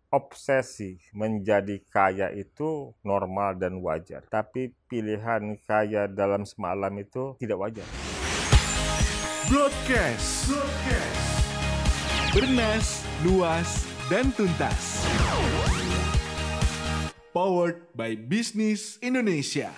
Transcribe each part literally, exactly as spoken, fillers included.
obsesi menjadi kaya itu normal dan wajar, tapi pilihan kaya dalam semalam itu tidak wajar. Broadcast, Broadcast. Bernas, luas, dan tuntas. Powered by Bisnis Indonesia.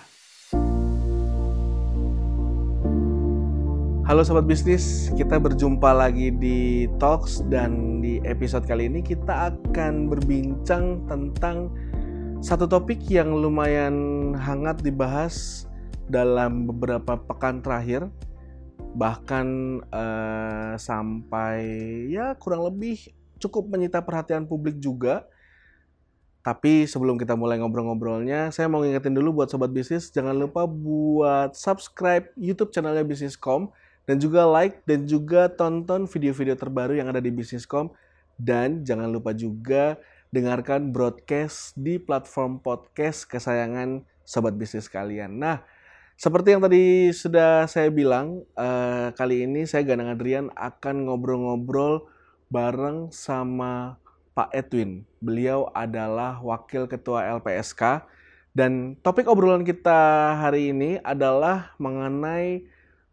Halo Sobat Bisnis, kita berjumpa lagi di Talks dan di episode kali ini kita akan berbincang tentang satu topik yang lumayan hangat dibahas dalam beberapa pekan terakhir, bahkan eh, sampai ya kurang lebih cukup menyita perhatian publik juga. Tapi sebelum kita mulai ngobrol-ngobrolnya, saya mau ngingetin dulu buat Sobat Bisnis, jangan lupa buat subscribe YouTube channelnya Bisnis dot com dan juga like dan juga tonton video-video terbaru yang ada di Bisnis dot com, dan jangan lupa juga dengarkan broadcast di platform podcast kesayangan Sobat Bisnis kalian. Nah, seperti yang tadi sudah saya bilang, eh, kali ini saya Ganang Adrian akan ngobrol-ngobrol bareng sama Pak Edwin. Beliau adalah Wakil Ketua L P S K dan topik obrolan kita hari ini adalah mengenai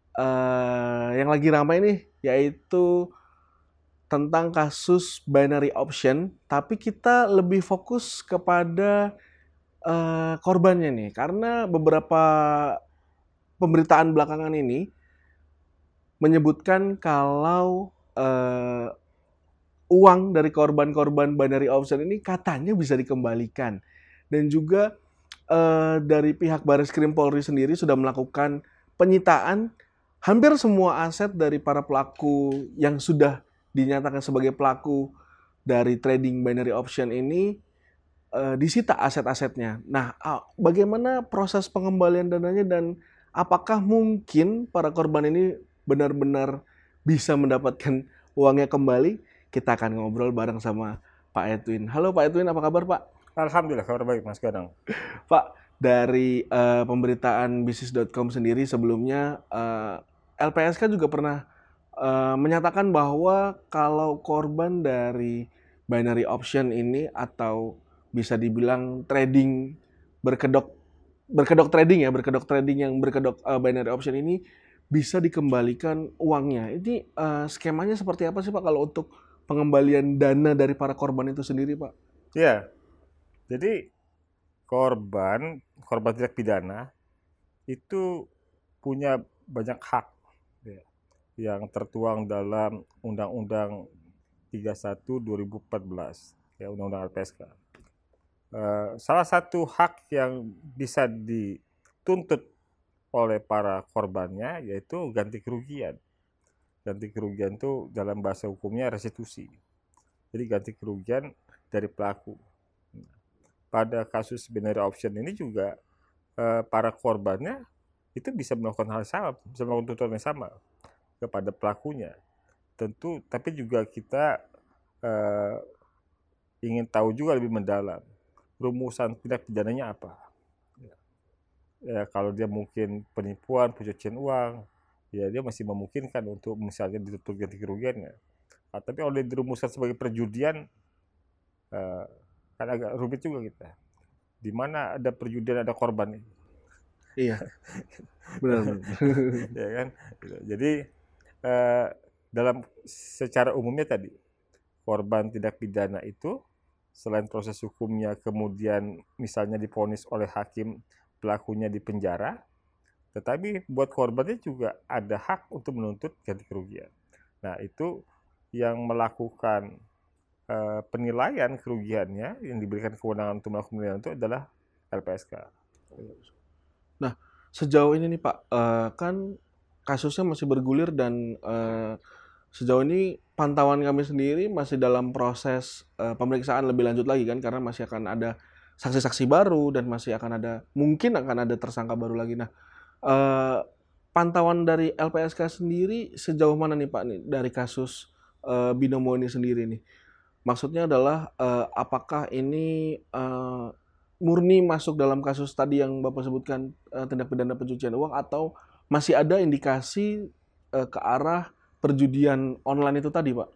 uh, yang lagi ramai nih, yaitu tentang kasus binary option, tapi kita lebih fokus kepada uh, korbannya nih, karena beberapa pemberitaan belakangan ini menyebutkan kalau uh, uang dari korban-korban binary option ini katanya bisa dikembalikan. Dan juga eh, dari pihak Bareskrim Polri sendiri sudah melakukan penyitaan hampir semua aset dari para pelaku yang sudah dinyatakan sebagai pelaku dari trading binary option ini, eh, disita aset-asetnya. Nah, bagaimana proses pengembalian dananya dan apakah mungkin para korban ini benar-benar bisa mendapatkan uangnya kembali? Kita akan ngobrol bareng sama Pak Edwin. Halo Pak Edwin, apa kabar Pak? Alhamdulillah, kabar baik Mas Ganang. Pak, dari uh, pemberitaan Bisnis dot com sendiri sebelumnya, uh, L P S K juga pernah uh, menyatakan bahwa kalau korban dari binary option ini, atau bisa dibilang trading berkedok berkedok trading ya, berkedok trading yang berkedok uh, binary option ini bisa dikembalikan uangnya. Ini uh, skemanya seperti apa sih Pak kalau untuk pengembalian dana dari para korban itu sendiri, Pak? Ya, jadi korban, korban tindak pidana itu punya banyak hak ya, yang tertuang dalam Undang-Undang tiga puluh satu dua ribu empat belas, ya, Undang-Undang L P S K. Uh, salah satu hak yang bisa dituntut oleh para korbannya yaitu ganti kerugian. Ganti kerugian itu dalam bahasa hukumnya restitusi. Jadi ganti kerugian dari pelaku. Pada kasus binary option ini juga eh, para korbannya itu bisa melakukan hal sama, bisa melakukan tuntutan yang sama kepada pelakunya. Tentu, tapi juga kita eh, ingin tahu juga lebih mendalam rumusan tindak pidananya apa. Ya, ya, kalau dia mungkin penipuan, pencucian uang, ya dia masih memungkinkan untuk misalnya dituntut ganti kerugiannya. Nah, tapi kalau dia dirumuskan sebagai perjudian, uh, kan agak rumit juga kita. Di mana ada perjudian ada korban. Iya, benar. Ya kan. Jadi uh, dalam secara umumnya tadi, korban tindak pidana itu selain proses hukumnya kemudian misalnya divonis oleh hakim, pelakunya di penjara, tetapi buat korbannya juga ada hak untuk menuntut ganti kerugian. Nah, itu yang melakukan uh, penilaian kerugiannya, yang diberikan kewenangan untuk melakukan penilaian itu adalah L P S K. Nah, sejauh ini nih Pak, uh, kan kasusnya masih bergulir dan uh, sejauh ini pantauan kami sendiri masih dalam proses uh, pemeriksaan lebih lanjut lagi kan, karena masih akan ada saksi-saksi baru dan masih akan ada, mungkin akan ada tersangka baru lagi. Nah, Uh, pantauan dari L P S K sendiri sejauh mana nih Pak nih dari kasus uh, Binomo ini sendiri nih? Maksudnya adalah uh, apakah ini uh, murni masuk dalam kasus tadi yang Bapak sebutkan, uh, tindak pidana pencucian uang, atau masih ada indikasi uh, ke arah perjudian online itu tadi Pak?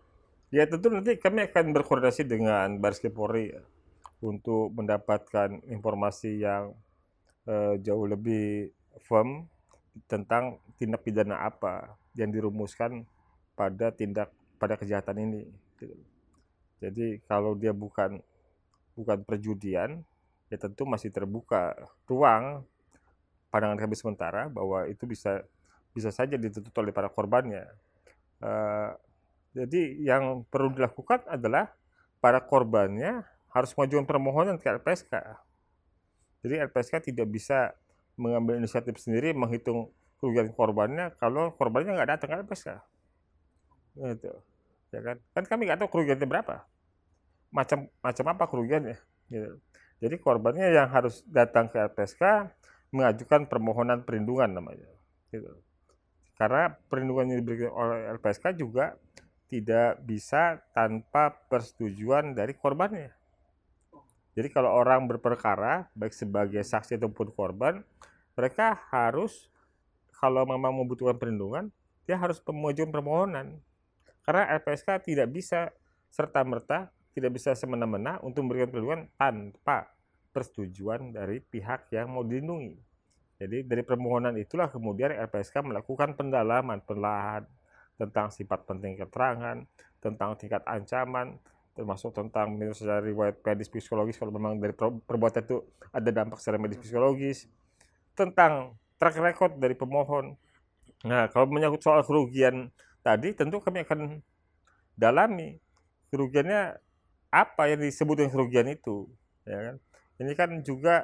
Ya tentu nanti kami akan berkoordinasi dengan Baris Krim Polri ya, untuk mendapatkan informasi yang eh, jauh lebih firm tentang tindak pidana apa yang dirumuskan pada tindak pada kejahatan ini. Gitu. Jadi kalau dia bukan bukan perjudian, ya tentu masih terbuka ruang pandangan kami sementara bahwa itu bisa bisa saja dituntut oleh para korbannya. Uh, jadi yang perlu dilakukan adalah para korbannya harus mengajukan permohonan ke L P S K. Jadi L P S K tidak bisa mengambil inisiatif sendiri menghitung kerugian korbannya kalau korbannya nggak datang ke L P S K. Gitu. Ya kan? Kan kami nggak tahu kerugiannya berapa. Macam macam apa kerugiannya. Gitu. Jadi korbannya yang harus datang ke L P S K mengajukan permohonan perlindungan namanya. Gitu. Karena perlindungan yang diberikan oleh L P S K juga tidak bisa tanpa persetujuan dari korbannya. Jadi kalau orang berperkara, baik sebagai saksi ataupun korban, mereka harus, kalau memang membutuhkan perlindungan, dia harus mengajukan permohonan. Karena L P S K tidak bisa serta-merta, tidak bisa semena-mena untuk memberikan perlindungan tanpa persetujuan dari pihak yang mau dilindungi. Jadi dari permohonan itulah kemudian L P S K melakukan pendalaman perlahan tentang sifat penting keterangan, tentang tingkat ancaman, termasuk tentang menurut secara riwayat medis psikologis kalau memang dari perbuatan itu ada dampak secara medis psikologis, tentang track record dari pemohon. Nah, kalau menyangkut soal kerugian tadi, tentu kami akan dalami kerugiannya apa yang disebut dengan kerugian itu, ya kan? Ini kan juga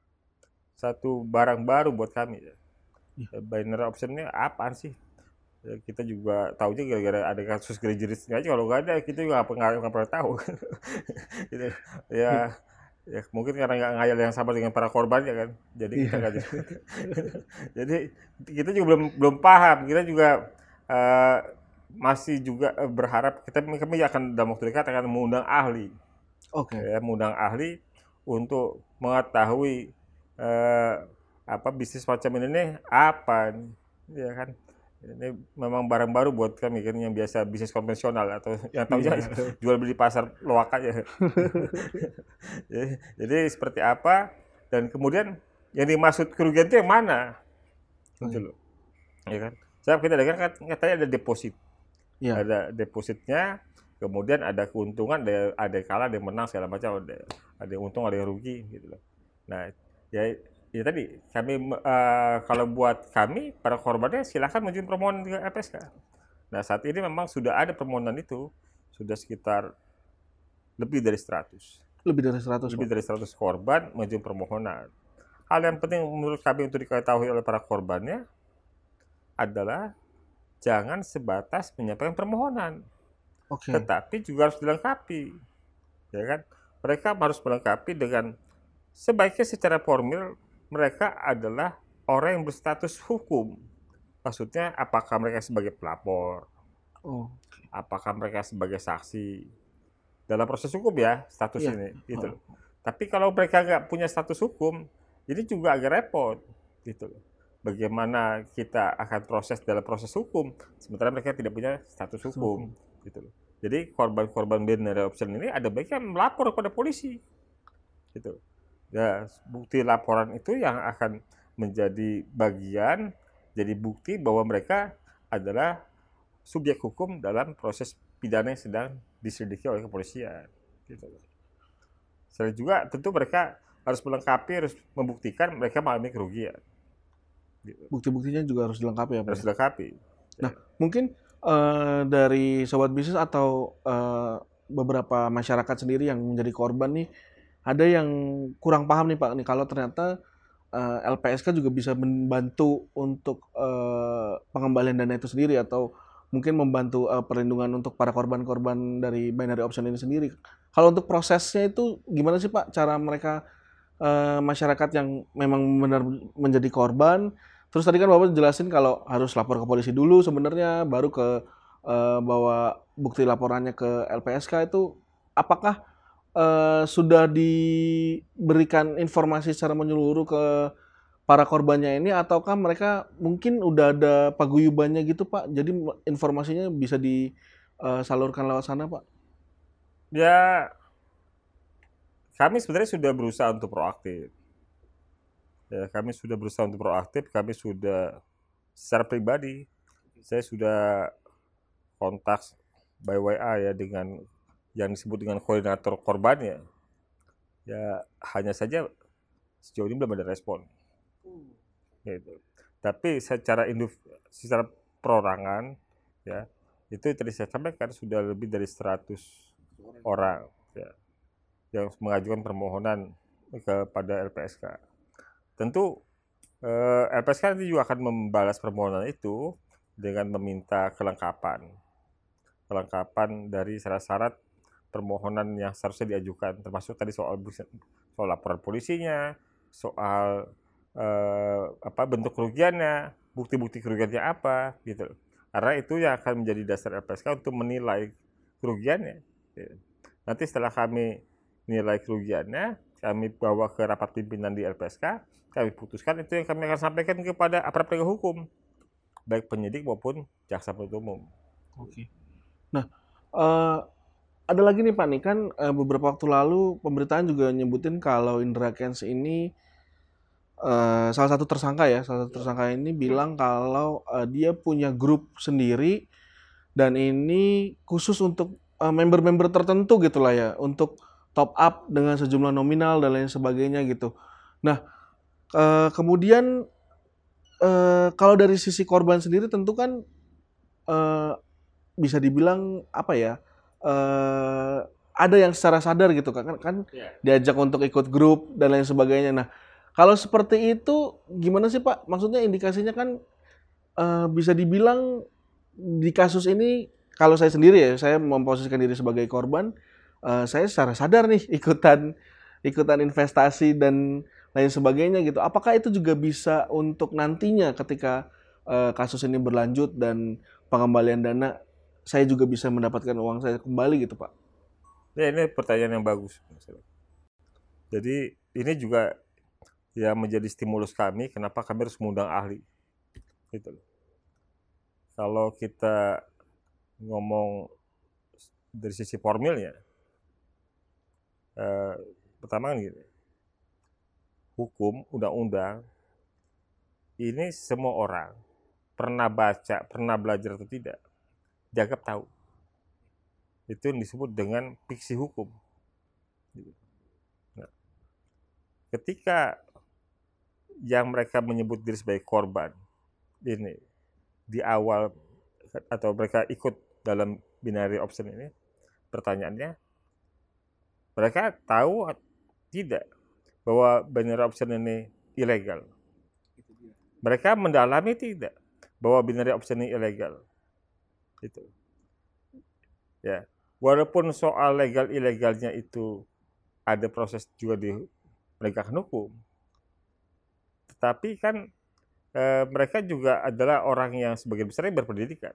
satu barang baru buat kami. Ya. Binary option ini apaan sih? Ya, kita juga tahu juga gara-gara ada kasus gerejerisnya aja, kalau nggak ada kita juga nggak pernah tahu. Gitu. Ya, ya mungkin karena nggak ngayal yang sama dengan para korban ya kan, jadi kita nggak jadi. Jadi kita juga belum belum paham, kita juga uh, masih juga berharap kita kami akan dalam waktu dekat akan mengundang ahli, oke, okay. Ya, mengundang ahli untuk mengetahui uh, apa bisnis macam ini apa, ya kan. Ini memang barang baru buat kami kan, yang biasa bisnis konvensional atau yang tahu aja jual beli pasar loak aja. jadi, jadi seperti apa dan kemudian yang dimaksud kerugian itu yang mana? Gitu loh. Ya kan? Saya kita dengar kan katanya ada deposit. Ya. Ada depositnya, kemudian ada keuntungan, ada ada yang kalah, ada yang menang segala macam, ada ada yang untung, ada yang rugi gitu loh. Nah, ya ya tadi kami uh, kalau buat kami para korbannya silahkan mengajukan permohonan ke L P S K. Nah saat ini memang sudah ada permohonan itu sudah sekitar lebih dari seratus. Lebih dari seratus. Lebih dari seratus korban mengajukan permohonan. Hal yang penting menurut kami untuk diketahui oleh para korbannya adalah jangan sebatas menyampaikan permohonan, okay. Tetapi juga harus dilengkapi, ya kan? Mereka harus melengkapi dengan sebaiknya secara formil. Mereka adalah orang yang berstatus hukum. Maksudnya apakah mereka sebagai pelapor, oh. apakah mereka sebagai saksi. Dalam proses hukum ya status ya. Ini. Gitu. Oh. Tapi kalau mereka nggak punya status hukum, ini juga agak repot. Gitu. Bagaimana kita akan proses dalam proses hukum, sementara mereka tidak punya status hukum. hukum. Gitu. Jadi korban-korban binary option ini ada baiknya melapor kepada polisi. Gitu. Ya, bukti laporan itu yang akan menjadi bagian, jadi bukti bahwa mereka adalah subjek hukum dalam proses pidana yang sedang diselidiki oleh kepolisian. Gitu. Selain juga tentu mereka harus melengkapi, harus membuktikan mereka mengalami kerugian. Gitu. Bukti-buktinya juga harus dilengkapi ya Pak? Harus dilengkapi. Nah, ya. Mungkin uh, dari Sobat Bisnis atau uh, beberapa masyarakat sendiri yang menjadi korban nih, ada yang kurang paham nih Pak, nih kalau ternyata uh, L P S K juga bisa membantu untuk uh, pengembalian dana itu sendiri atau mungkin membantu uh, perlindungan untuk para korban-korban dari binary option ini sendiri. Kalau untuk prosesnya itu gimana sih Pak, cara mereka uh, masyarakat yang memang benar menjadi korban? Terus tadi kan Bapak jelasin kalau harus lapor ke polisi dulu sebenarnya, baru ke uh, bawa bukti laporannya ke L P S K itu, apakah Uh, sudah diberikan informasi secara menyeluruh ke para korbannya ini, ataukah mereka mungkin udah ada paguyubannya gitu Pak, jadi informasinya bisa di uh, salurkan lewat sana, Pak? Ya, kami sebenarnya sudah berusaha untuk proaktif. Ya, kami sudah berusaha untuk proaktif, kami sudah secara pribadi, saya sudah kontak by W A ya dengan yang disebut dengan koordinator korban ya. Ya, hanya saja sejauh ini belum ada respon. Gitu. Tapi secara indiv, secara perorangan ya, itu tadi saya sampaikan sudah lebih dari seratus orang ya, yang mengajukan permohonan kepada L P S K. Tentu eh, L P S K nanti juga akan membalas permohonan itu dengan meminta kelengkapan kelengkapan dari syarat-syarat permohonan yang seharusnya diajukan, termasuk tadi soal soal laporan polisinya, soal eh, apa bentuk kerugiannya, bukti-bukti kerugiannya apa, gitu. Karena itu yang akan menjadi dasar L P S K untuk menilai kerugiannya. Nanti setelah kami nilai kerugiannya, kami bawa ke rapat pimpinan di L P S K, kami putuskan itu yang kami akan sampaikan kepada aparat penegak hukum, baik penyidik maupun jaksa penuntut umum. Oke. Nah, uh, ada lagi nih Pak nih kan uh, beberapa waktu lalu pemberitaan juga nyebutin kalau Indra Kents ini uh, salah satu tersangka ya, salah satu tersangka ini bilang kalau uh, dia punya grup sendiri dan ini khusus untuk uh, member-member tertentu gitulah ya, untuk top up dengan sejumlah nominal dan lain sebagainya gitu. Nah, uh, kemudian uh, kalau dari sisi korban sendiri tentu kan uh, bisa dibilang apa ya, uh, ada yang secara sadar gitu kan, kan Yeah. diajak untuk ikut grup dan lain sebagainya. Nah, kalau seperti itu gimana sih Pak? Maksudnya indikasinya kan uh, bisa dibilang di kasus ini, kalau saya sendiri ya, saya memposisikan diri sebagai korban, uh, saya secara sadar nih ikutan ikutan investasi dan lain sebagainya gitu. Apakah itu juga bisa untuk nantinya ketika uh, kasus ini berlanjut dan pengembalian dana, saya juga bisa mendapatkan uang saya kembali gitu Pak? Ya, ini pertanyaan yang bagus. Jadi ini juga yang menjadi stimulus kami, kenapa kami harus mengundang ahli. Gitu. Kalau kita ngomong dari sisi formilnya, eh, pertama kan gini, hukum, undang-undang, ini semua orang pernah baca, pernah belajar atau tidak, dianggap tahu. Itu yang disebut dengan fiksi hukum. Nah, ketika yang mereka menyebut diri sebagai korban ini di awal atau mereka ikut dalam binary option ini, pertanyaannya, mereka tahu tidak bahwa binary option ini ilegal? Mereka mendalami tidak bahwa binary option ini ilegal? Itu. Ya, walaupun soal legal ilegalnya itu ada proses juga di penegakan hukum, tetapi kan e, mereka juga adalah orang yang sebagian besar berpendidikan,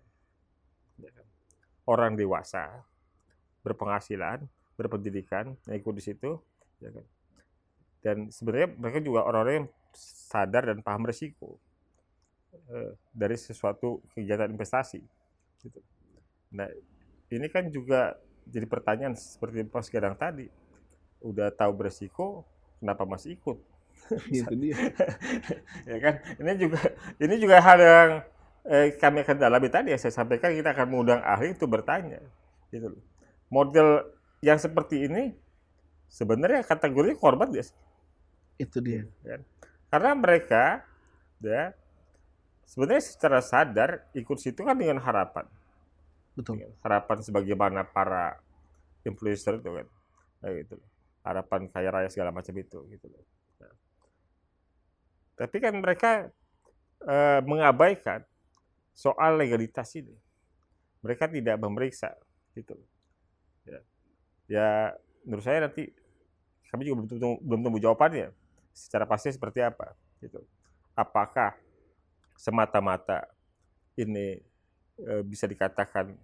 orang dewasa, berpenghasilan, berpendidikan, yang ikut di situ, ya kan? Dan sebenarnya mereka juga orang-orang yang sadar dan paham resiko e, dari sesuatu kegiatan investasi. Gitu. Nah, ini kan juga jadi pertanyaan seperti Mas Gadang tadi, udah tahu beresiko, kenapa masih ikut? Itu dia. Ya kan, ini juga ini juga hal yang eh, kami akan dalami tadi yang saya sampaikan, kita akan mengundang ahli itu bertanya. Gitu. Model yang seperti ini sebenarnya kategori korban ya. Itu dia. Ya. Karena mereka, ya, sebenarnya secara sadar ikut situ kan dengan harapan. Betul. Harapan sebagaimana para influencer itu kan, nah, gitu. Harapan kaya raya segala macam itu, gitu. Nah. Tapi kan mereka e, mengabaikan soal legalitas ini. Mereka tidak memeriksa, gitu. Ya, ya menurut saya nanti kami juga belum temu, belum temu jawabannya secara pasti seperti apa, gitu. Apakah semata-mata ini bisa dikatakan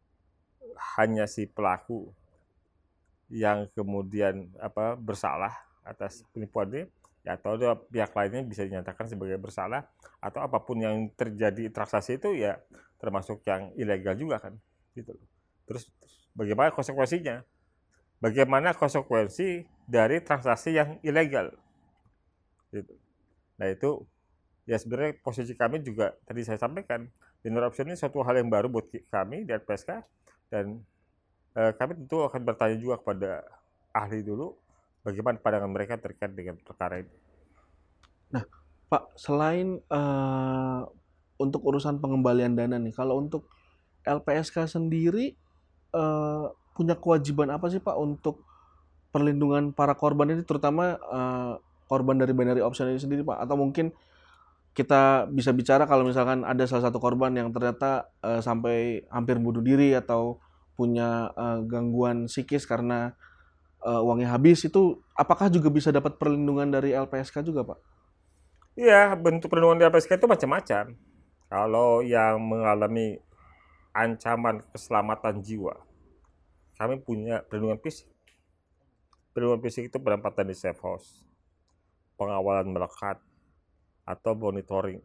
hanya si pelaku yang kemudian apa bersalah atas penipuan ini, ya, atau ada pihak lainnya bisa dinyatakan sebagai bersalah, atau apapun yang terjadi transaksi itu ya termasuk yang ilegal juga kan, gitu. Terus bagaimana konsekuensinya? Bagaimana konsekuensi dari transaksi yang ilegal? Gitu. Nah itu ya sebenarnya posisi kami juga tadi saya sampaikan, binary option ini suatu hal yang baru buat kami di L P S K, dan eh, kami tentu akan bertanya juga kepada ahli dulu bagaimana pandangan mereka terkait dengan perkara ini. Nah, Pak, selain uh, untuk urusan pengembalian dana nih, kalau untuk L P S K sendiri uh, punya kewajiban apa sih Pak untuk perlindungan para korban ini, terutama uh, korban dari binary option ini sendiri Pak? Atau mungkin kita bisa bicara kalau misalkan ada salah satu korban yang ternyata uh, sampai hampir bunuh diri atau punya uh, gangguan psikis karena uh, uangnya habis, itu apakah juga bisa dapat perlindungan dari L P S K juga Pak? Iya, bentuk perlindungan di L P S K itu macam-macam. Kalau yang mengalami ancaman keselamatan jiwa, kami punya perlindungan fisik. Perlindungan fisik itu penempatan di safe house, pengawalan melekat, atau monitoring.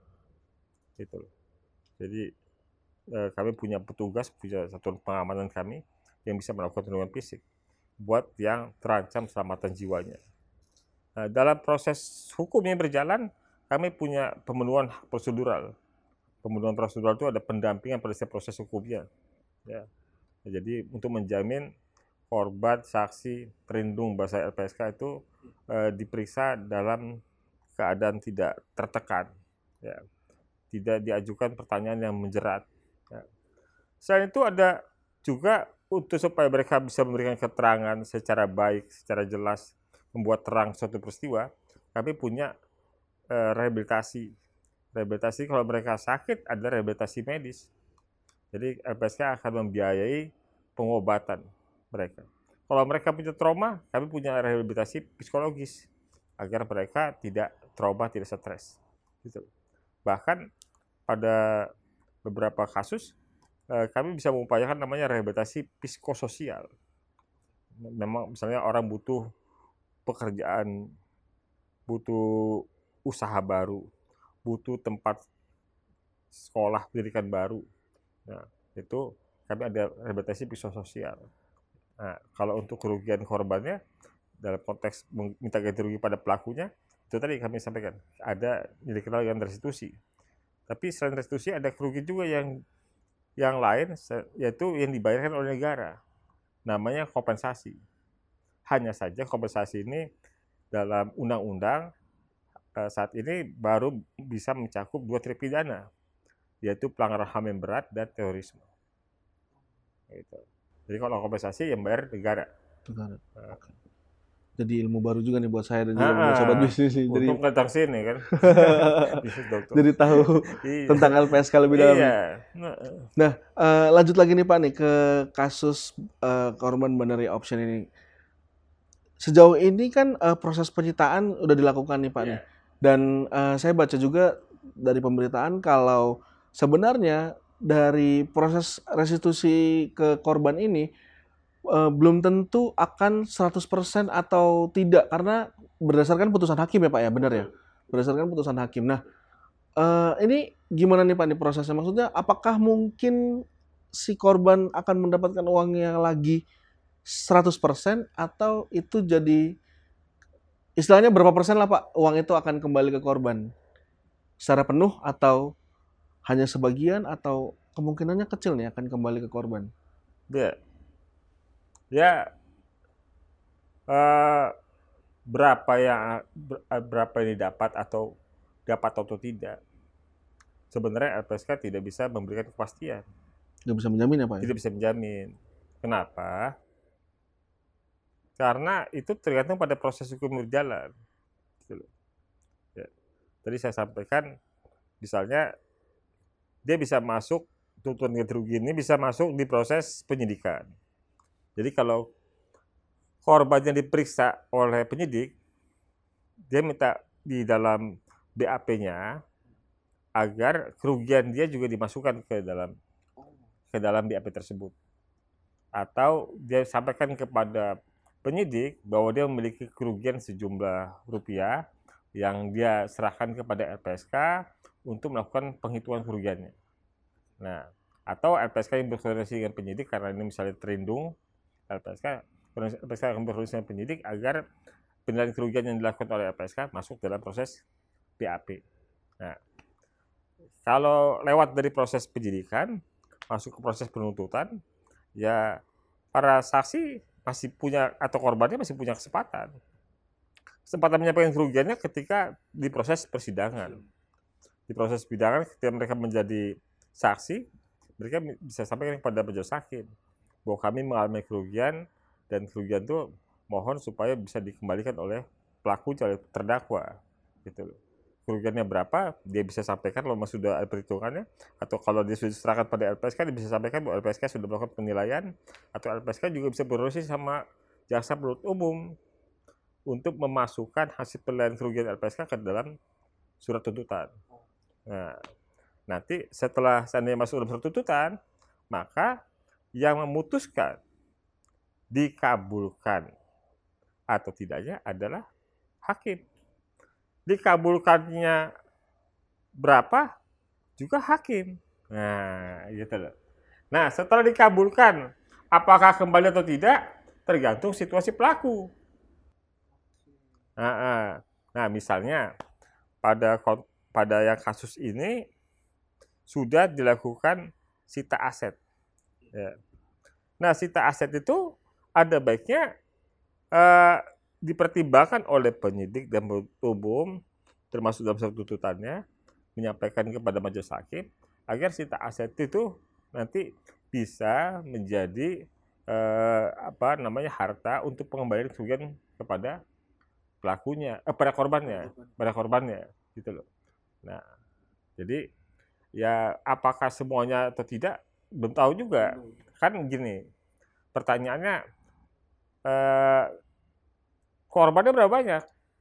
Gitu. Jadi eh, kami punya petugas, punya satuan pengamanan kami yang bisa melakukan perlindungan fisik buat yang terancam keselamatan jiwanya. Nah, dalam proses hukum yang berjalan, kami punya pemenuhan hak prosedural. Pemenuhan prosedural itu ada pendampingan pada setiap proses hukumnya. Ya. Jadi untuk menjamin korban, saksi, pelindung bahasa L P S K itu eh, diperiksa dalam keadaan tidak tertekan, ya. Tidak diajukan pertanyaan yang menjerat. Ya. Selain itu ada juga untuk supaya mereka bisa memberikan keterangan secara baik, secara jelas, membuat terang suatu peristiwa, kami punya eh, rehabilitasi. Rehabilitasi kalau mereka sakit ada rehabilitasi medis. Jadi L P S K akan membiayai pengobatan mereka. Kalau mereka punya trauma, kami punya rehabilitasi psikologis agar mereka tidak trauma, tidak stres. Gitu. Bahkan pada beberapa kasus kami bisa mengupayakan namanya rehabilitasi psikososial. Memang misalnya orang butuh pekerjaan, butuh usaha baru, butuh tempat sekolah pendidikan baru. Nah, itu kami ada rehabilitasi psikososial. Nah, kalau untuk kerugian korbannya dalam konteks minta ganti rugi pada pelakunya, itu tadi kami sampaikan ada yang dikenal dengan restitusi. Tapi selain restitusi ada kerugian juga yang yang lain, yaitu yang dibayarkan oleh negara. Namanya kompensasi. Hanya saja kompensasi ini dalam undang-undang saat ini baru bisa mencakup dua tindak pidana, yaitu pelanggaran H A M yang berat dan terorisme. Gitu. Jadi kalau kompensasi yang bayar negara. Negara. Nah. Jadi ilmu baru juga nih buat saya dan juga ah, buat sobat bisnis nih. Jadi untung datang sini kan. Jadi tahu tentang L P S K lebih dalam. Iya. Nah, uh, lanjut lagi nih Pak nih ke kasus uh, korban binary option ini. Sejauh ini kan uh, proses penyitaan udah dilakukan nih Pak yeah. nih. Dan uh, saya baca juga dari pemberitaan kalau sebenarnya dari proses restitusi ke korban ini uh, belum tentu akan seratus persen atau tidak, karena berdasarkan putusan hakim ya Pak ya, benar ya? Berdasarkan putusan hakim. Nah, uh, ini gimana nih Pak nih prosesnya? Maksudnya apakah mungkin si korban akan mendapatkan uangnya lagi seratus persen atau itu jadi istilahnya berapa persen lah Pak uang itu akan kembali ke korban? Secara penuh atau hanya sebagian atau kemungkinannya kecil nih akan kembali ke korban? Ya, ya uh, berapa yang berapa ini dapat atau dapat atau tidak? Sebenarnya L P S K tidak bisa memberikan kepastian. Tidak bisa menjamin ya Pak? Tidak bisa menjamin. Kenapa? Karena itu tergantung pada proses hukum berjalan. Ya. Tadi saya sampaikan, misalnya dia bisa masuk, tuntutan ganti rugi ini bisa masuk di proses penyidikan. Jadi kalau korbannya diperiksa oleh penyidik, dia minta di dalam B A P-nya agar kerugian dia juga dimasukkan ke dalam ke dalam B A P tersebut. Atau dia sampaikan kepada penyidik bahwa dia memiliki kerugian sejumlah rupiah yang dia serahkan kepada L P S K untuk melakukan penghitungan kerugiannya. Nah, Atau L P S K yang berkoordinasi dengan penyidik karena ini misalnya terlindung, L P S K L P S K akan berkoordinasi dengan penyidik agar penilaian kerugian yang dilakukan oleh L P S K masuk dalam proses B A P. Nah, kalau lewat dari proses penyidikan masuk ke proses penuntutan, ya para saksi masih punya atau korbannya masih punya kesempatan. Kesempatan menyampaikan kerugiannya ketika di proses persidangan. Di proses persidangan ketika mereka menjadi saksi, mereka bisa sampaikan kepada majelis hakim bahwa kami mengalami kerugian dan kerugian itu mohon supaya bisa dikembalikan oleh pelaku oleh terdakwa gitu loh. Kerugiannya berapa dia bisa sampaikan kalau sudah ada perhitungannya, atau kalau dia sudah diserahkan pada L P S K dia bisa sampaikan bahwa L P S K sudah melakukan penilaian, atau L P S K juga bisa berkoordinasi sama jaksa penuntut umum untuk memasukkan hasil penilaian kerugian L P S K ke dalam surat tuntutan. Nah, nanti setelah seandainya masuk dalam surat tuntutan, maka yang memutuskan dikabulkan atau tidaknya adalah hakim. Dikabulkannya berapa juga hakim. Nah, gitu loh. Nah, setelah dikabulkan, apakah kembali atau tidak tergantung situasi pelaku. Nah, nah misalnya pada pada yang kasus ini sudah dilakukan sita aset. Ya. Nah, sita aset itu ada baiknya eh, dipertimbangkan oleh penyidik dan penuntut umum termasuk dalam surat tuntutannya menyampaikan kepada majelis hakim agar sita aset itu nanti bisa menjadi eh, apa namanya harta untuk pengembalian kerugian kepada pelakunya, eh, pada korbannya, pada korbannya gitu loh. Nah, jadi ya apakah semuanya atau tidak belum tahu juga. Kan gini, pertanyaannya eh, korbannya berapa banyak?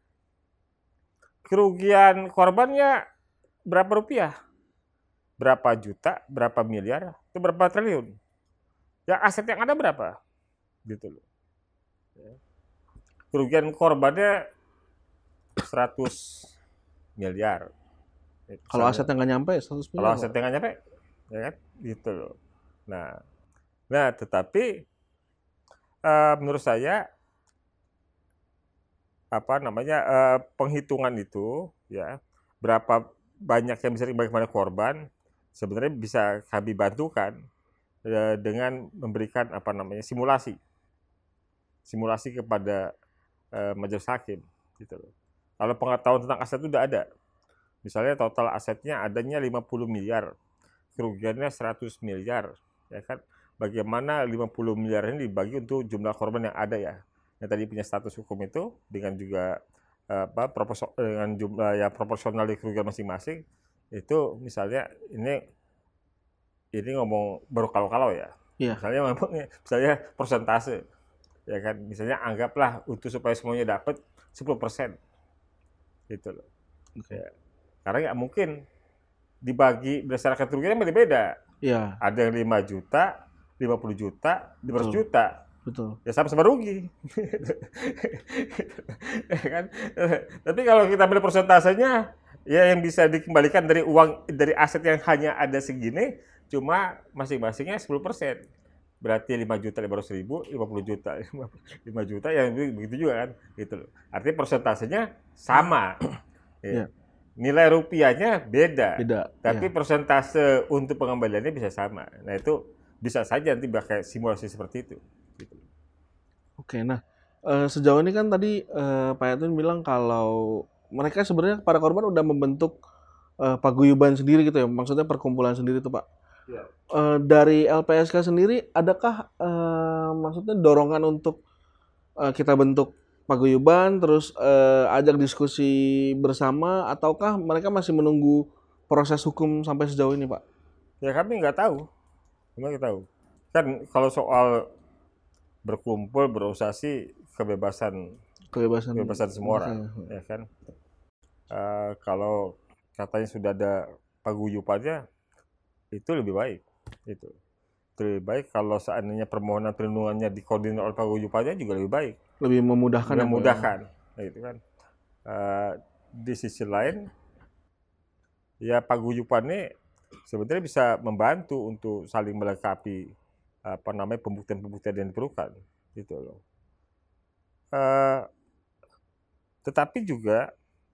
Kerugian korbannya berapa rupiah? Berapa juta? Berapa miliar? Itu berapa triliun? Yang aset yang ada berapa? Gitu loh. Kerugian korbannya seratus miliar. Kalau asetnya nggak nyampe seratus miliar. Kalau asetnya nggak nyampe, ya kan? Gitu loh. Nah, nah tetapi uh, menurut saya apa namanya uh, penghitungan itu ya berapa banyak yang bisa dikembalikan korban sebenarnya bisa kami bantukan uh, dengan memberikan apa namanya simulasi simulasi kepada uh, majelis hakim gitu loh. Kalau pengetahuan tentang aset itu sudah ada, misalnya total asetnya adanya lima puluh miliar, kerugiannya seratus miliar, ya kan? Bagaimana lima puluh miliar ini dibagi untuk jumlah korban yang ada ya? Yang tadi punya status hukum itu dengan juga apa proporsional dengan jumlah ya proporsional di kerugian masing-masing itu misalnya ini ini ngomong baru kalau-kalau ya. Iya. Misalnya ngomong misalnya persentase ya kan, misalnya anggaplah untuk supaya semuanya dapat sepuluh persen gitu loh. Okay. Ya. Karena nggak mungkin dibagi berdasarkan kerugiannya beda-beda. Iya. Ada yang lima juta, lima puluh juta, lima ratus juta. Betul. Ya sama-sama rugi. Ya kan? Tapi kalau kita ambil persentasenya, ya yang bisa dikembalikan dari uang dari aset yang hanya ada segini, cuma masing-masingnya sepuluh persen. Berarti lima juta lima ratus ribu, lima puluh juta, lima juta, ya begitu juga kan. Gitu loh. Artinya persentasenya sama. Ya. Nilai rupiahnya beda. Beda. Tapi Ya. persentase untuk pengembaliannya bisa sama. Nah itu bisa saja nanti pakai simulasi seperti itu. Gitu. Oke, nah uh, sejauh ini kan tadi uh, Pak Yatun bilang kalau mereka sebenarnya para korban udah membentuk uh, paguyuban sendiri gitu ya, maksudnya perkumpulan sendiri tuh Pak. Ya. Uh, dari L P S K sendiri, adakah uh, maksudnya dorongan untuk uh, kita bentuk paguyuban, terus uh, ajak diskusi bersama, ataukah mereka masih menunggu proses hukum sampai sejauh ini Pak? Ya kami nggak tahu, kami nggak tahu. Kan kalau soal berkumpul, berorganisasi, kebebasan, kebebasan, kebebasan semua orang, ya kan. Uh, kalau katanya sudah ada paguyubannya, itu lebih baik. Itu, itu lebih baik kalau seandainya permohonan perlindungannya dikoordinir oleh paguyubannya juga lebih baik. Lebih memudahkan. Lebih memudahkan, ya. Gitu kan. Uh, di sisi lain, ya paguyuban ini sebenarnya bisa membantu untuk saling melengkapi apa namanya pembuktian-pembuktian yang diperlukan gitu loh. Uh, tetapi juga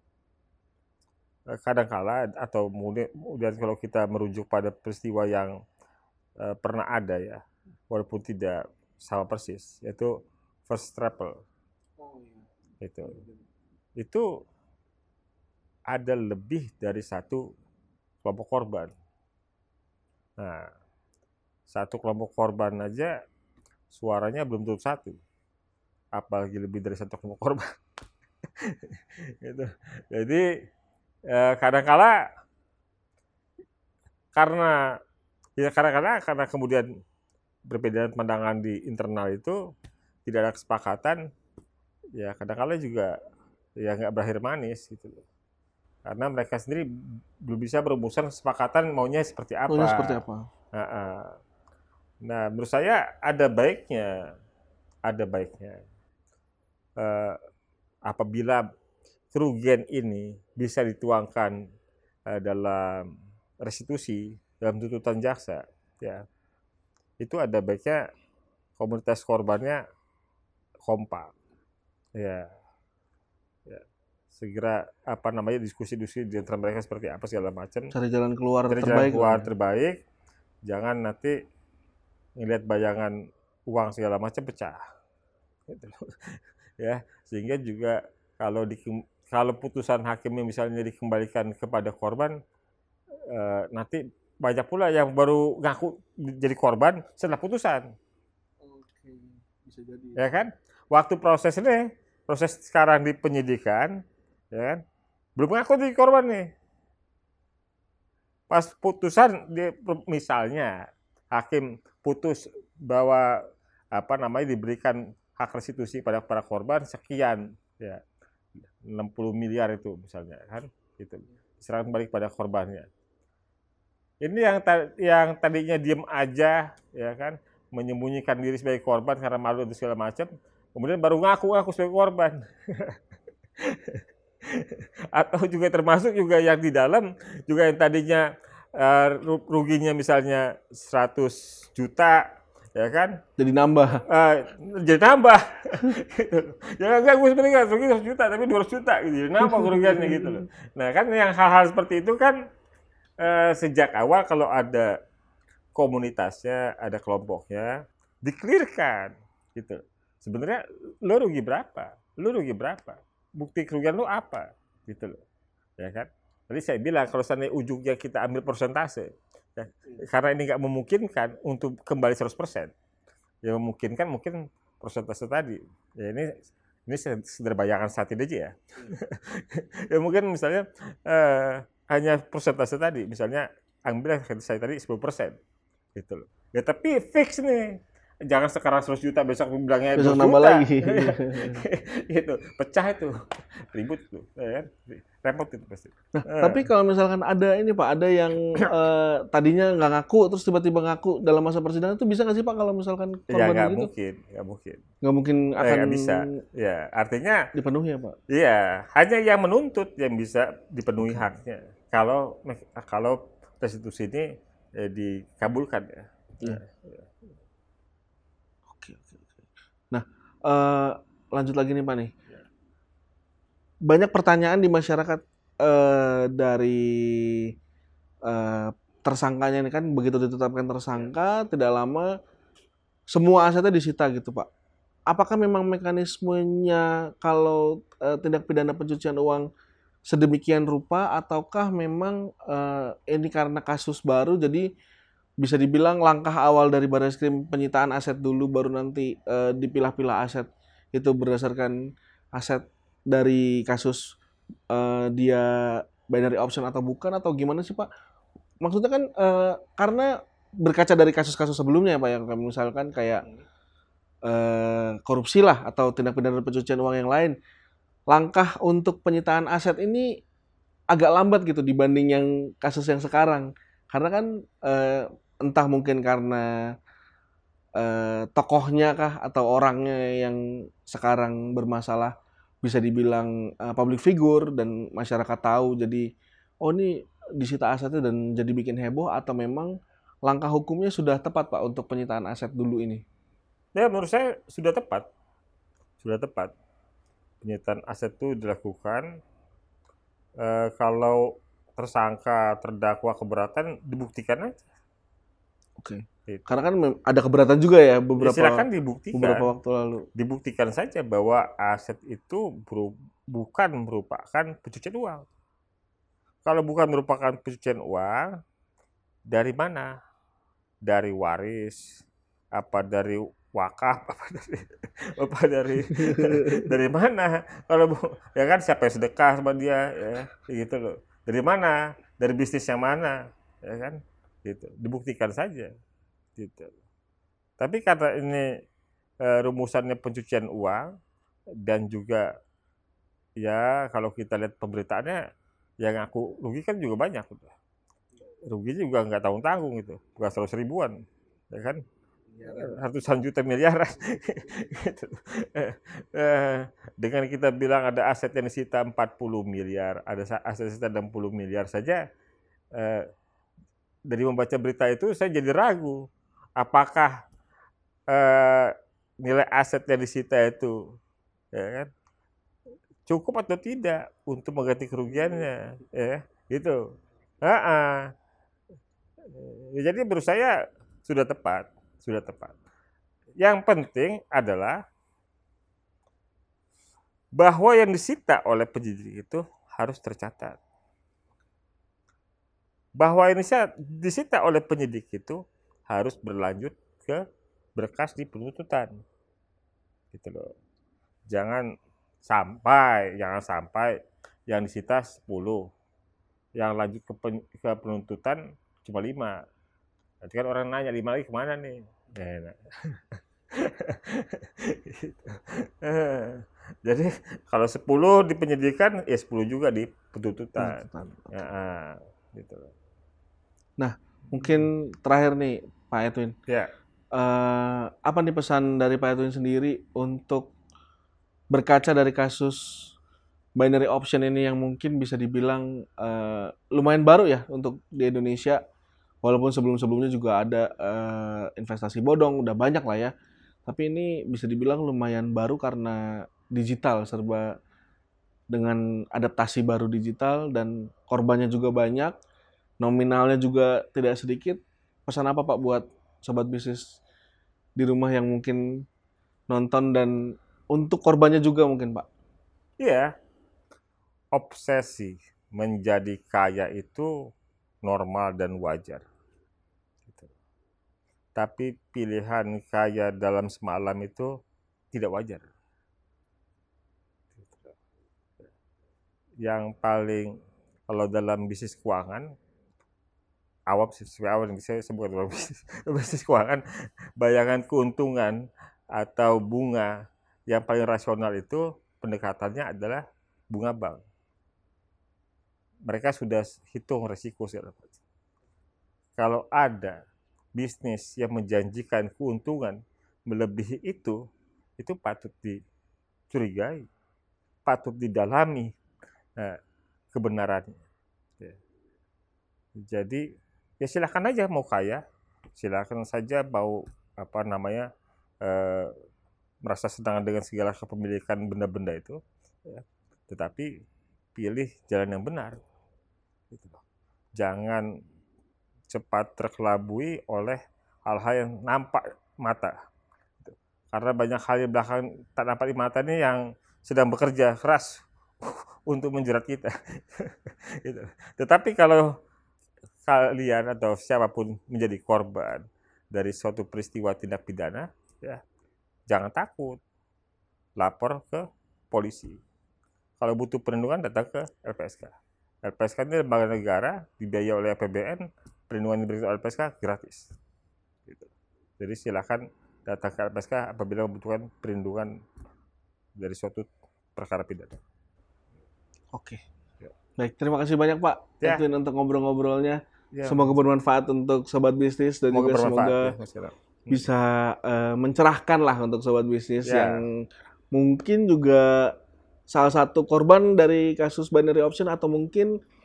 kadangkala atau kemudian kalau kita merujuk pada peristiwa yang uh, pernah ada ya, walaupun tidak sama persis, yaitu first travel. Oh, iya. Itu, itu ada lebih dari satu kelompok korban. Nah, satu kelompok korban aja suaranya belum tentu satu, apalagi lebih dari satu kelompok korban. Gitu. Jadi eh, kadang-kala karena ya kadang-kala karena kemudian perbedaan pandangan di internal itu tidak ada kesepakatan, ya kadang-kala juga ya nggak berakhir manis gitu loh. Karena mereka sendiri belum bisa merumuskan kesepakatan maunya seperti apa. Maunya seperti apa? Nah, nah menurut saya ada baiknya, ada baiknya uh, apabila kerugian ini bisa dituangkan uh, dalam restitusi, dalam tuntutan jaksa, ya itu ada baiknya komunitas korbannya kompak, ya, ya segera apa namanya diskusi-diskusi di antara mereka seperti apa segala macam. Cari jalan keluar cari terbaik. Jalan keluar ya. terbaik, jangan nanti ngelihat bayangan uang segala macam pecah, gitu. Ya sehingga juga kalau di kalau putusan hakimnya misalnya dikembalikan kepada korban, eh, nanti banyak pula yang baru ngaku jadi korban setelah putusan. Oke, bisa jadi. Ya kan? Waktu proses ini, proses sekarang di penyidikan, ya kan? Belum ngaku jadi korban nih. Pas putusan dia misalnya hakim putus bahwa apa namanya diberikan hak restitusi pada para korban sekian, ya enam puluh miliar itu misalnya kan, gitu. Diserahkan kembali pada korbannya. Ini yang ta- yang tadinya diem aja, ya kan, menyembunyikan diri sebagai korban karena malu dan segala macam, kemudian baru ngaku-ngaku sebagai korban. Atau juga termasuk juga yang di dalam juga yang tadinya uh, ruginya misalnya seratus juta, ya kan? Jadi nambah. Uh, jadi nambah. Ya enggak, gue sebenarnya rugi seratus juta tapi dua ratus juta gitu. Jadi nambah kerugiannya gitu loh. Nah, kan yang hal-hal seperti itu kan Uh, sejak awal kalau ada komunitasnya, ada kelompoknya, dikelirkan gitu. Sebenarnya lo rugi berapa? Lo rugi berapa? Bukti kerugian lo apa? Gitu loh. Ya kan? Tadi saya bilang kalau seandainya ujungnya kita ambil persentase, ya, karena ini nggak memungkinkan untuk kembali seratus persen. Yang memungkinkan mungkin persentase tadi. Ya ini ini sekedar bayangan saat ini aja ya. Ya mungkin misalnya uh, hanya persentase tadi, misalnya ambil saya tadi sepuluh persen, gitu loh. Ya tapi fix nih, jangan sekarang seratus juta besok bilangnya besok nambah lagi, gitu, pecah itu, ribut tuh, ya kan, repot itu pasti. Nah, uh. tapi kalau misalkan ada ini Pak, ada yang uh, tadinya nggak ngaku, terus tiba-tiba ngaku dalam masa persidangan itu bisa nggak sih Pak kalau misalkan korban ya, nggak gitu? mungkin, nggak mungkin, nggak mungkin akan eh, bisa, ya artinya dipenuhi ya Pak? Iya, hanya yang menuntut yang bisa dipenuhi okay. haknya. Kalau kalau restitusi ini eh, dikabulkan ya. Iya. Ya. Oke oke oke. Nah uh, lanjut lagi nih Pak nih. Ya. Banyak pertanyaan di masyarakat uh, dari uh, tersangkanya ini kan begitu ditetapkan tersangka ya. Tidak lama semua asetnya disita gitu Pak. Apakah memang mekanismenya kalau uh, tindak pidana pencucian uang sedemikian rupa ataukah memang uh, ini karena kasus baru jadi bisa dibilang langkah awal dari Barreskrim penyitaan aset dulu baru nanti uh, dipilah-pilah aset itu berdasarkan aset dari kasus uh, dia binary option atau bukan atau gimana sih Pak? Maksudnya kan uh, karena berkaca dari kasus-kasus sebelumnya ya Pak yang kami misalkan kayak uh, korupsi lah atau tindak pidana pencucian uang yang lain. Langkah untuk penyitaan aset ini agak lambat gitu dibanding yang kasus yang sekarang. Karena kan eh, entah mungkin karena eh, tokohnya kah atau orangnya yang sekarang bermasalah bisa dibilang eh, public figure dan masyarakat tahu. Jadi oh ini disita asetnya dan jadi bikin heboh, atau memang langkah hukumnya sudah tepat Pak untuk penyitaan aset dulu ini? Ya menurut saya sudah tepat, sudah tepat. Penyitaan aset itu dilakukan eh, kalau tersangka, terdakwa keberatan dibuktikan aja. Oke. Gitu. Karena kan mem- ada keberatan juga ya Ya, beberapa silakan dibuktikan. beberapa waktu lalu. Dibuktikan saja bahwa aset itu beru- bukan merupakan pencucian uang. Kalau bukan merupakan pencucian uang, dari mana? Dari waris, apa dari wakaf, apa dari apa dari dari mana? Kalau bu- ya kan siapa yang sedekah sama dia, ya gitu loh. Dari mana? Dari bisnis yang mana, ya kan? Gitu. Dibuktikan saja, gitu. Tapi karena ini eh, rumusannya pencucian uang dan juga ya kalau kita lihat pemberitaannya yang aku rugi kan juga banyak, ruginya juga nggak tanggung-tanggung gitu, bukan seratus ribuan, ya kan? Ratusan juta miliaran. Gitu. Eh, eh, dengan kita bilang ada aset yang disita empat puluh miliar, ada sa- aset disita enam puluh miliar saja, eh, dari membaca berita itu saya jadi ragu apakah eh, nilai aset yang disita itu ya kan cukup atau tidak untuk mengganti kerugiannya, ya gitu. Ah, ya, jadi menurut saya sudah tepat, sudah tepat. Yang penting adalah bahwa yang disita oleh penyidik itu harus tercatat. Bahwa ini disita oleh penyidik itu harus berlanjut ke berkas di penuntutan. Gitu loh. Jangan sampai, jangan sampai yang disita sepuluh, yang lanjut ke, pen, ke penuntutan cuma lima. Nanti kan orang nanya, lima lagi kemana nih? Nah, jadi kalau sepuluh di penyidikan, ya sepuluh juga di penuntutan. Ya, gitu. Nah, mungkin terakhir nih Pak Edwin. Ya. Uh, apa nih pesan dari Pak Edwin sendiri untuk berkaca dari kasus binary option ini yang mungkin bisa dibilang uh, lumayan baru ya untuk di Indonesia, walaupun sebelum-sebelumnya juga ada uh, investasi bodong, udah banyak lah ya, tapi ini bisa dibilang lumayan baru karena digital, serba dengan adaptasi baru digital dan korbannya juga banyak, nominalnya juga tidak sedikit. Pesan apa Pak buat sobat bisnis di rumah yang mungkin nonton dan untuk korbannya juga mungkin Pak? Iya, obsesi menjadi kaya itu normal dan wajar. Gitu. Tapi pilihan kaya dalam semalam itu tidak wajar. Gitu. Yang paling, kalau dalam bisnis keuangan, awam sih, awam saya sebut dalam bisnis, bisnis keuangan, bayangan keuntungan atau bunga yang paling rasional itu pendekatannya adalah bunga bank. Mereka sudah hitung resiko segala macam. Kalau ada bisnis yang menjanjikan keuntungan melebihi itu, itu patut dicurigai, patut didalami nah, kebenarannya. Ya. Jadi ya silakan aja mau kaya, silakan saja mau apa namanya eh, merasa senang dengan segala kepemilikan benda-benda itu, ya. Tetapi pilih jalan yang benar. Gitu. Jangan cepat terkelabui oleh hal-hal yang nampak mata. Gitu. Karena banyak hal yang belakang tak nampak di mata ini yang sedang bekerja keras untuk menjerat kita. Gitu. Tetapi kalau kalian atau siapapun menjadi korban dari suatu peristiwa tindak pidana, ya jangan takut, lapor ke polisi. Kalau butuh perlindungan datang ke L P S K. L P S K ini lembaga negara, dibiayai oleh A P B N, perlindungan yang diberikan L P S K gratis. Gitu. Jadi silakan datang ke L P S K apabila membutuhkan perlindungan dari suatu perkara pidana. Oke. Ya. Baik, terima kasih banyak Pak ya. Edwin untuk ngobrol-ngobrolnya. Ya. Semoga bermanfaat untuk sobat bisnis dan semoga juga semoga ya, bisa uh, mencerahkan lah untuk sobat bisnis ya. yang mungkin juga salah satu korban dari kasus binary option atau mungkin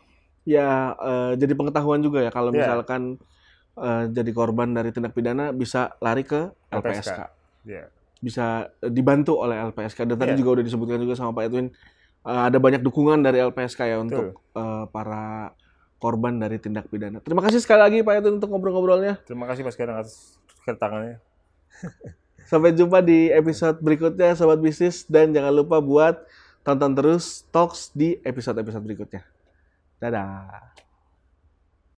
ya eh, jadi pengetahuan juga ya kalau Iya. misalkan eh, jadi korban dari tindak pidana bisa lari ke L P S K. Ya. Bisa eh, dibantu oleh L P S K dan tadi Iya. juga udah disebutkan juga sama Pak Edwin eh, ada banyak dukungan dari L P S K ya untuk Betul. eh, para korban dari tindak pidana. Terima kasih sekali lagi Pak Edwin untuk ngobrol-ngobrolnya. Terima kasih Mas Kadang atas kedatangannya. Sampai jumpa di episode berikutnya Sobat Bisnis dan jangan lupa buat tonton terus Talks di episode-episode berikutnya. Dadah.